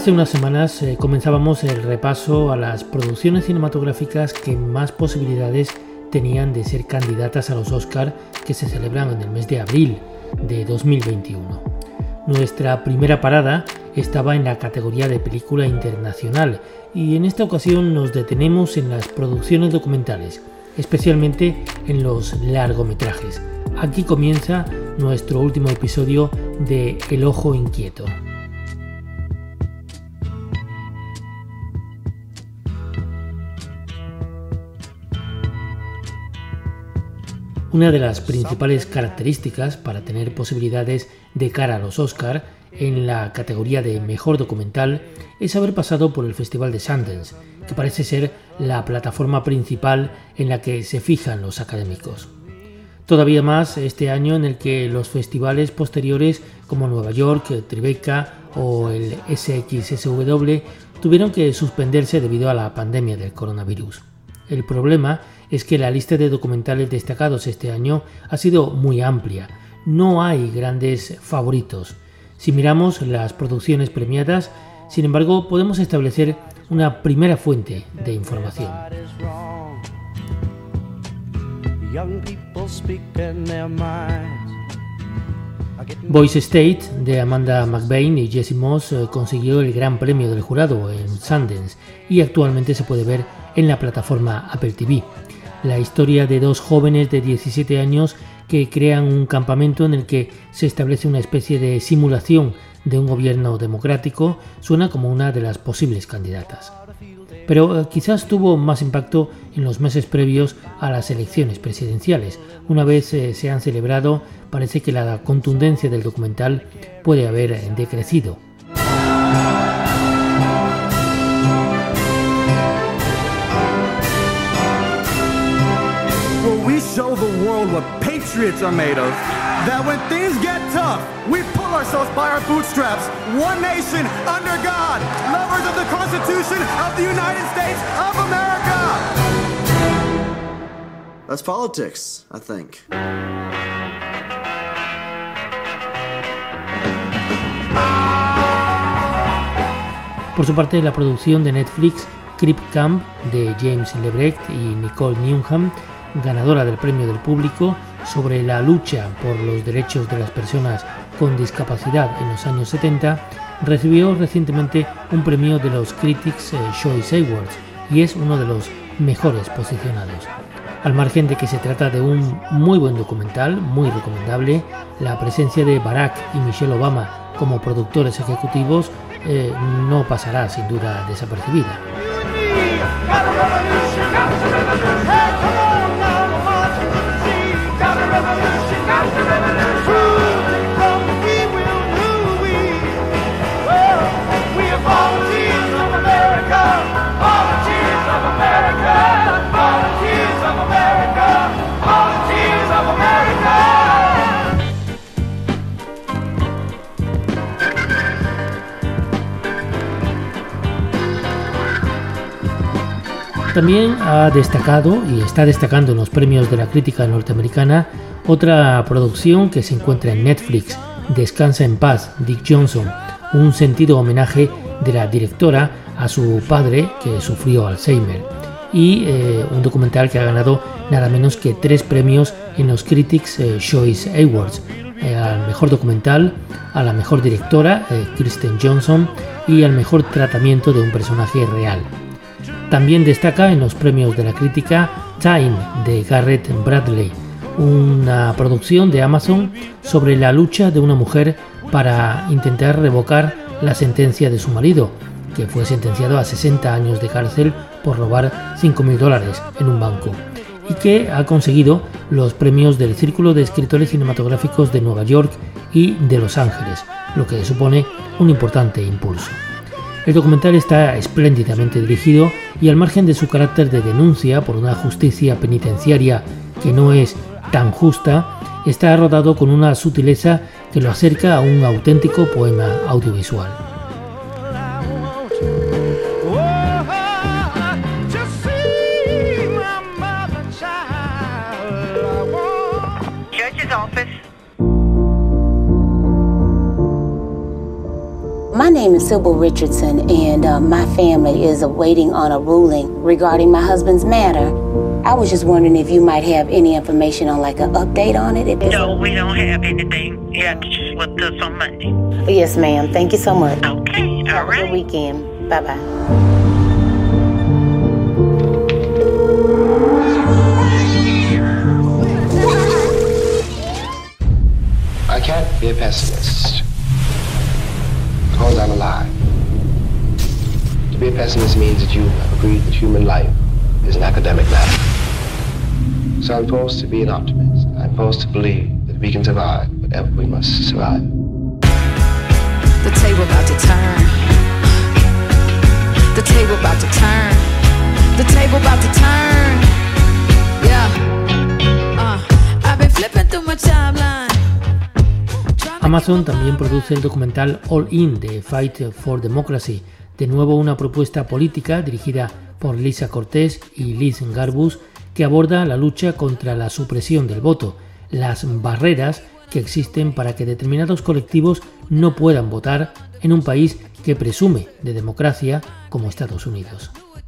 Hace unas semanas comenzábamos el repaso a las producciones cinematográficas que más posibilidades tenían de ser candidatas a los Oscar que se celebran en el mes de abril de 2021. Nuestra primera parada estaba en la categoría de película internacional y en esta ocasión nos detenemos en las producciones documentales, especialmente en los largometrajes. Aquí comienza nuestro último episodio de El Ojo Inquieto. Una de las principales características para tener posibilidades de cara a los Oscar en la categoría de Mejor Documental es haber pasado por el Festival de Sundance, que parece ser la plataforma principal en la que se fijan los académicos. Todavía más este año en el que los festivales posteriores como Nueva York, Tribeca o el SXSW tuvieron que suspenderse debido a la pandemia del coronavirus. El problema es que la lista de documentales destacados este año ha sido muy amplia. No hay grandes favoritos. Si miramos las producciones premiadas, sin embargo, podemos establecer una primera fuente de información. Boys State, de Amanda McBain y Jesse Moss, consiguió el gran premio del jurado en Sundance y actualmente se puede ver en la plataforma Apple TV. La historia de dos jóvenes de 17 años que crean un campamento en el que se establece una especie de simulación de un gobierno democrático suena como una de las posibles candidatas. Pero quizás tuvo más impacto en los meses previos a las elecciones presidenciales. Una vez se han celebrado, parece que la contundencia del documental puede haber decrecido. Show the world what patriots are made of. That when things get tough, we pull ourselves by our bootstraps. One nation, under God, lovers of the Constitution of the United States of America. That's politics, I think. Por su parte, la producción de Netflix, Crip Camp, de James Lebrecht y Nicole Newnham, ganadora del premio del público, sobre la lucha por los derechos de las personas con discapacidad en los años 70, recibió recientemente un premio de los Critics' Choice Awards y es uno de los mejores posicionados. Al margen de que se trata de un muy buen documental, muy recomendable, la presencia de Barack y Michelle Obama como productores ejecutivos no pasará sin duda desapercibida. También ha destacado y está destacando en los premios de la crítica norteamericana otra producción que se encuentra en Netflix, Descansa en paz, Dick Johnson, un sentido homenaje de la directora a su padre que sufrió Alzheimer, y un documental que ha ganado nada menos que 3 premios en los Critics' Choice Awards, al mejor documental, a la mejor directora, Kristen Johnson, y al mejor tratamiento de un personaje real. También destaca en los premios de la crítica Time, de Garrett Bradley, una producción de Amazon sobre la lucha de una mujer para intentar revocar la sentencia de su marido, que fue sentenciado a 60 años de cárcel por robar $5,000 en un banco, y que ha conseguido los premios del Círculo de Escritores Cinematográficos de Nueva York y de Los Ángeles, lo que supone un importante impulso. El documental está espléndidamente dirigido y, al margen de su carácter de denuncia por una justicia penitenciaria que no es tan justa, está rodado con una sutileza que lo acerca a un auténtico poema audiovisual. My name is Sybil Richardson, and my family is awaiting on a ruling regarding my husband's matter. I was just wondering if you might have any information on like an update on it. No, we don't have anything. You have to just look to us on Monday. Yes, ma'am. Thank you so much. Okay, all Have right. a good weekend. Bye-bye. I can't be a pessimist because I'm alive. To be a pessimist means that you have agreed that human life is an academic matter. So I'm forced to be an optimist. I'm forced to believe that we can survive whatever we must survive. The table about to turn. The table about to turn. The table about to turn. Yeah. I've been flipping through my timeline. Amazon también produce el documental All In, The Fight for Democracy, de nuevo una propuesta política dirigida por Lisa Cortés y Liz Garbus, que aborda la lucha contra la supresión del voto, las barreras que existen para que determinados colectivos no puedan votar en un país que presume de democracia como Estados Unidos.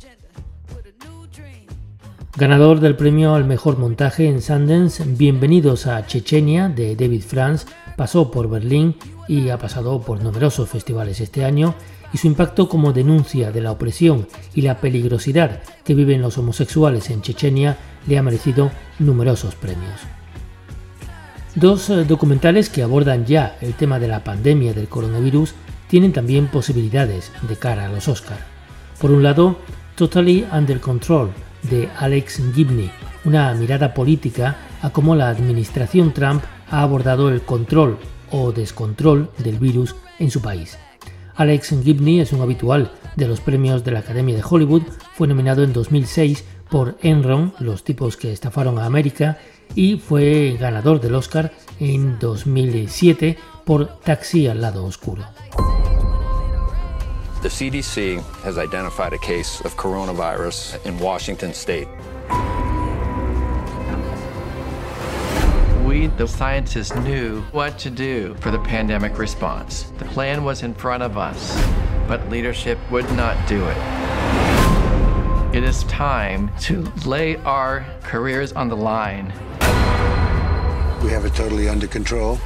Ganador del premio al mejor montaje en Sundance, Bienvenidos a Chechenia, de David France, pasó por Berlín y ha pasado por numerosos festivales este año, y su impacto como denuncia de la opresión y la peligrosidad que viven los homosexuales en Chechenia le ha merecido numerosos premios. Dos documentales que abordan ya el tema de la pandemia del coronavirus tienen también posibilidades de cara a los Oscar. Por un lado, Totally Under Control, de Alex Gibney, una mirada política a cómo la administración Trump ha abordado el control o descontrol del virus en su país. Alex Gibney es un habitual de los premios de la Academia de Hollywood, fue nominado en 2006 por Enron, los tipos que estafaron a América, y fue ganador del Oscar en 2007 por Taxi al lado oscuro. The CDC has identified a case of coronavirus in Washington state. We, the scientists, knew what to do for the pandemic response. The plan was in front of us, but leadership would not do it. It is time to lay our careers on the line. We have it totally under control.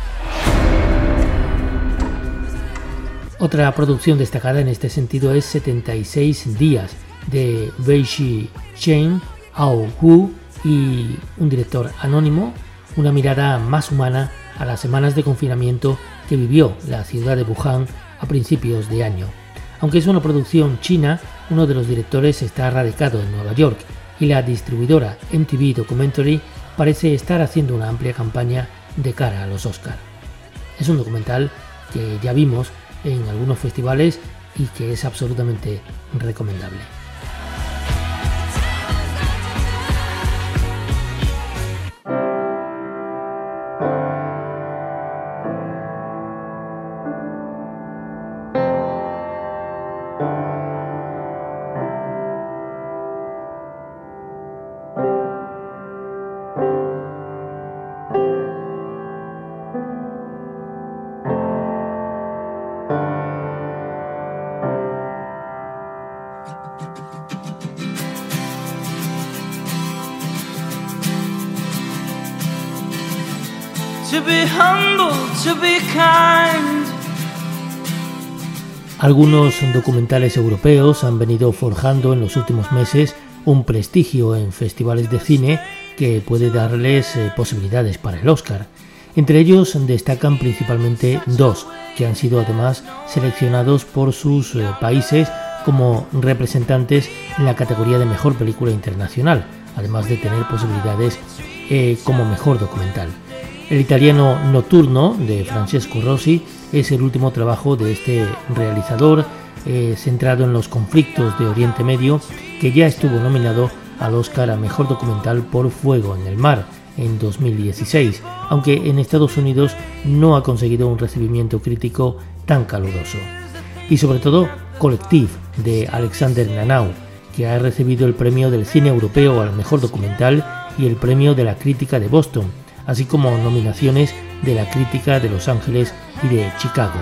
Otra producción destacada en este sentido es 76 días, de Wei-Shi Chen, Ao Hu y un director anónimo, una mirada más humana a las semanas de confinamiento que vivió la ciudad de Wuhan a principios de año. Aunque es una producción china, uno de los directores está radicado en Nueva York y la distribuidora MTV Documentary parece estar haciendo una amplia campaña de cara a los Oscar. Es un documental que ya vimos en algunos festivales y que es absolutamente recomendable. To be humble, to be kind. Algunos documentales europeos han venido forjando en los últimos meses un prestigio en festivales de cine que puede darles posibilidades para el Oscar. Entre ellos destacan principalmente dos, que han sido además seleccionados por sus países como representantes en la categoría de Mejor Película Internacional, además de tener posibilidades como Mejor Documental. El italiano Notturno, de Francesco Rosi, es el último trabajo de este realizador centrado en los conflictos de Oriente Medio, que ya estuvo nominado al Oscar a Mejor Documental por Fuego en el Mar en 2016, aunque en Estados Unidos no ha conseguido un recibimiento crítico tan caluroso. Y sobre todo Collective, de Alexander Nanau, que ha recibido el premio del cine europeo al Mejor Documental y el premio de la crítica de Boston, así como nominaciones de la crítica de Los Ángeles y de Chicago.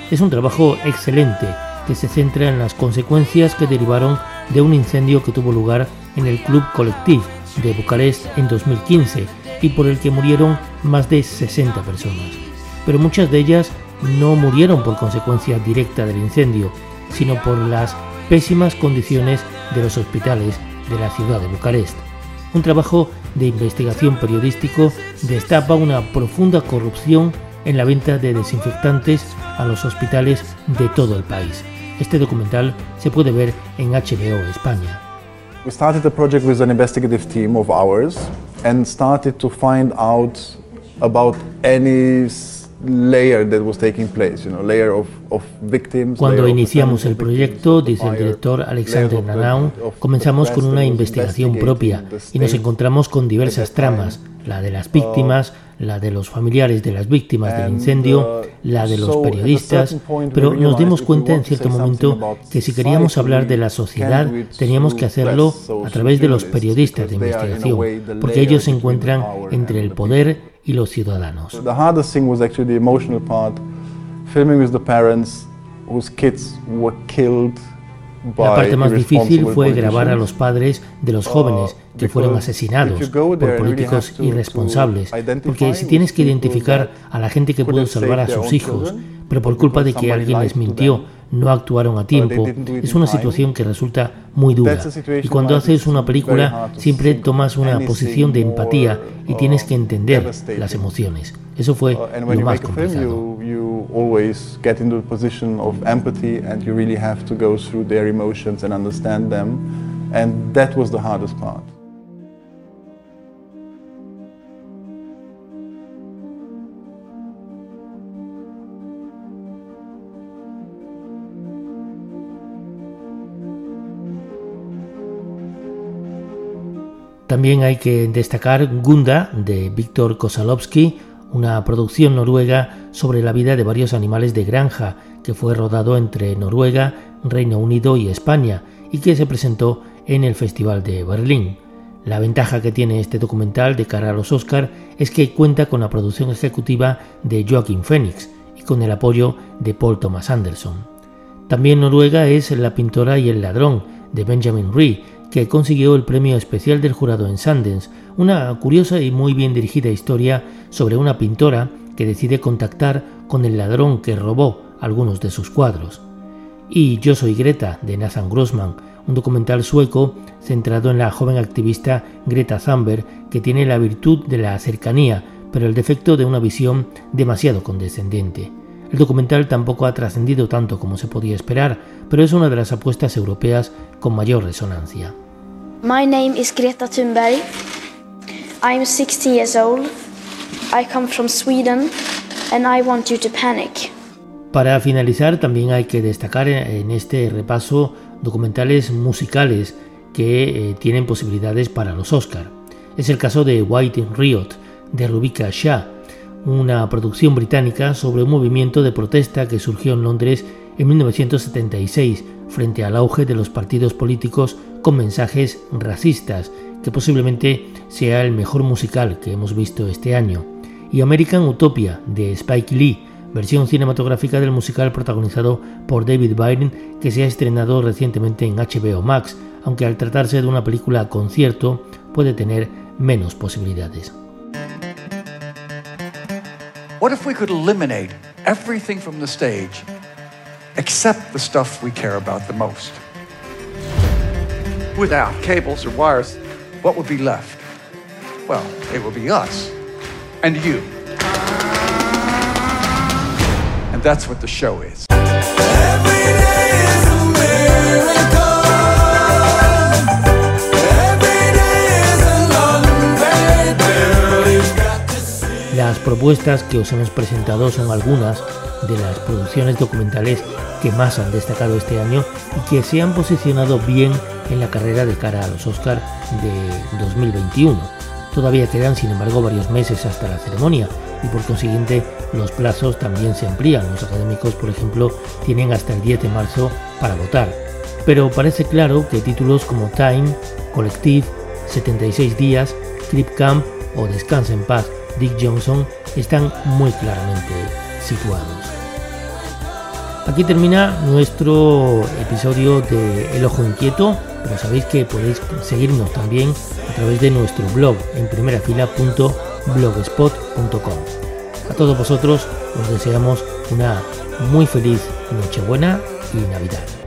Es un trabajo excelente que se centra en las consecuencias que derivaron de un incendio que tuvo lugar en el Club Collectif de Bucarest en 2015 y por el que murieron más de 60 personas. Pero muchas de ellas no murieron por consecuencia directa del incendio, sino por las pésimas condiciones de los hospitales de la ciudad de Bucarest. Un trabajo de investigación periodístico destapa una profunda corrupción en la venta de desinfectantes a los hospitales de todo el país. Este documental se puede ver en HBO España. We started the project with an investigative team of ours and started to find out about any layer that was taking place, layer of victims. Cuando iniciamos el proyecto, dice el director Alexander Nanaun, comenzamos con una investigación propia y nos encontramos con diversas tramas, la de las víctimas, la de los familiares de las víctimas del incendio, la de los periodistas, pero nos dimos cuenta en cierto momento que si queríamos hablar de la sociedad teníamos que hacerlo a través de los periodistas de investigación, porque ellos se encuentran entre el poder y los ciudadanos. The hardest thing was actually the emotional part, filming with the parents whose kids were killed. La parte más difícil fue grabar a los padres de los jóvenes que fueron asesinados por políticos irresponsables, porque si tienes que identificar a la gente que pudo salvar a sus hijos, pero por culpa de que alguien les mintió, no actuaron a tiempo, es una situación que resulta muy dura. Y cuando haces una película siempre tomas una posición de empatía y tienes que entender las emociones. Eso fue lo más complicado. Always get into the position of empathy and you really have to go through their emotions and understand them, and that was the hardest part. También hay que destacar Gunda de Víctor Kosalovsky, una producción noruega sobre la vida de varios animales de granja que fue rodado entre Noruega, Reino Unido y España y que se presentó en el Festival de Berlín. La ventaja que tiene este documental de cara a los Oscar es que cuenta con la producción ejecutiva de Joaquin Phoenix y con el apoyo de Paul Thomas Anderson. También noruega es La pintora y el ladrón de Benjamin Ree, que consiguió el premio especial del jurado en Sundance, una curiosa y muy bien dirigida historia sobre una pintora que decide contactar con el ladrón que robó algunos de sus cuadros. Y Yo soy Greta, de Nathan Grossman, un documental sueco centrado en la joven activista Greta Thunberg, que tiene la virtud de la cercanía, pero el defecto de una visión demasiado condescendiente. El documental tampoco ha trascendido tanto como se podía esperar, pero es una de las apuestas europeas con mayor resonancia. My name is Greta Thunberg. I am 60 years old. I come from Sweden and I want you to panic. Para finalizar, también hay que destacar en este repaso documentales musicales que tienen posibilidades para los Oscar. Es el caso de White Riot, de Rubika Shah, una producción británica sobre un movimiento de protesta que surgió en Londres en 1976 frente al auge de los partidos políticos con mensajes racistas, que posiblemente sea el mejor musical que hemos visto este año. Y American Utopia, de Spike Lee, versión cinematográfica del musical protagonizado por David Byrne, que se ha estrenado recientemente en HBO Max, aunque al tratarse de una película concierto puede tener menos posibilidades. What if we could eliminate everything from the stage except the stuff we care about the most? Without cables or wires, what would be left? Well, it would be us and you. And that's what the show is. Every day is a miracle. Every day is a long day. Las propuestas que os hemos presentado son algunas de las producciones documentales que más han destacado este año y que se han posicionado bien en la carrera de cara a los Oscar de 2021. Todavía quedan, sin embargo, varios meses hasta la ceremonia y por consiguiente los plazos también se amplían. Los académicos, por ejemplo, tienen hasta el 10 de marzo para votar. Pero parece claro que títulos como Time, Collective, 76 días, Crip Camp o Descansa en paz, Dick Johnson están muy claramente situados. Aquí termina nuestro episodio de El Ojo Inquieto, pero sabéis que podéis seguirnos también a través de nuestro blog en primerafila.blogspot.com. A todos vosotros os deseamos una muy feliz Nochebuena y Navidad.